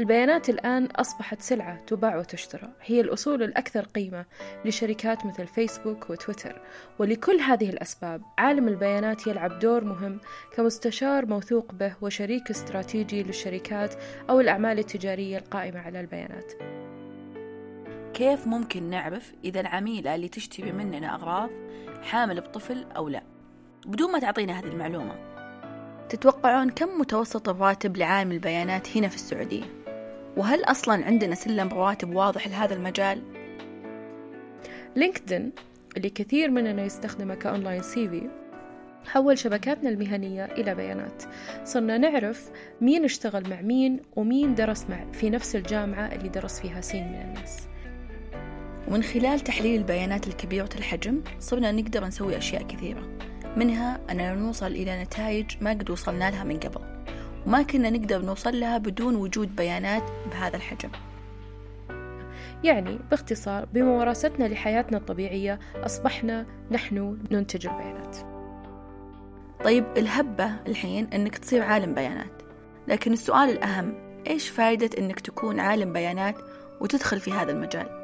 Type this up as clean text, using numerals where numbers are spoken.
البيانات الآن أصبحت سلعة تباع وتشترى، هي الأصول الأكثر قيمة لشركات مثل فيسبوك وتويتر. ولكل هذه الأسباب عالم البيانات يلعب دور مهم كمستشار موثوق به وشريك استراتيجي للشركات أو الأعمال التجارية القائمة على البيانات. كيف ممكن نعرف إذا العميلة اللي تشتري مننا أغراض حامل بطفل أو لا بدون ما تعطينا هذه المعلومة؟ تتوقعون كم متوسط الراتب لعالم البيانات هنا في السعودية؟ وهل أصلاً عندنا سلم رواتب واضح لهذا المجال؟ لينكدين اللي كثير مننا يستخدمه كأونلاين CV حول شبكاتنا المهنية إلى بيانات. صرنا نعرف مين اشتغل مع مين ومين درس في نفس الجامعة اللي درس فيها سين من الناس. ومن خلال تحليل البيانات الكبيرة الحجم صرنا نقدر نسوي أشياء كثيرة، منها أننا نوصل إلى نتائج ما قد وصلنا لها من قبل، وما كنا نقدر نوصل لها بدون وجود بيانات بهذا الحجم. يعني باختصار بممارستنا لحياتنا الطبيعية أصبحنا نحن ننتج البيانات. طيب الهبة الحين أنك تصير عالم بيانات، لكن السؤال الأهم إيش فائدة أنك تكون عالم بيانات وتدخل في هذا المجال؟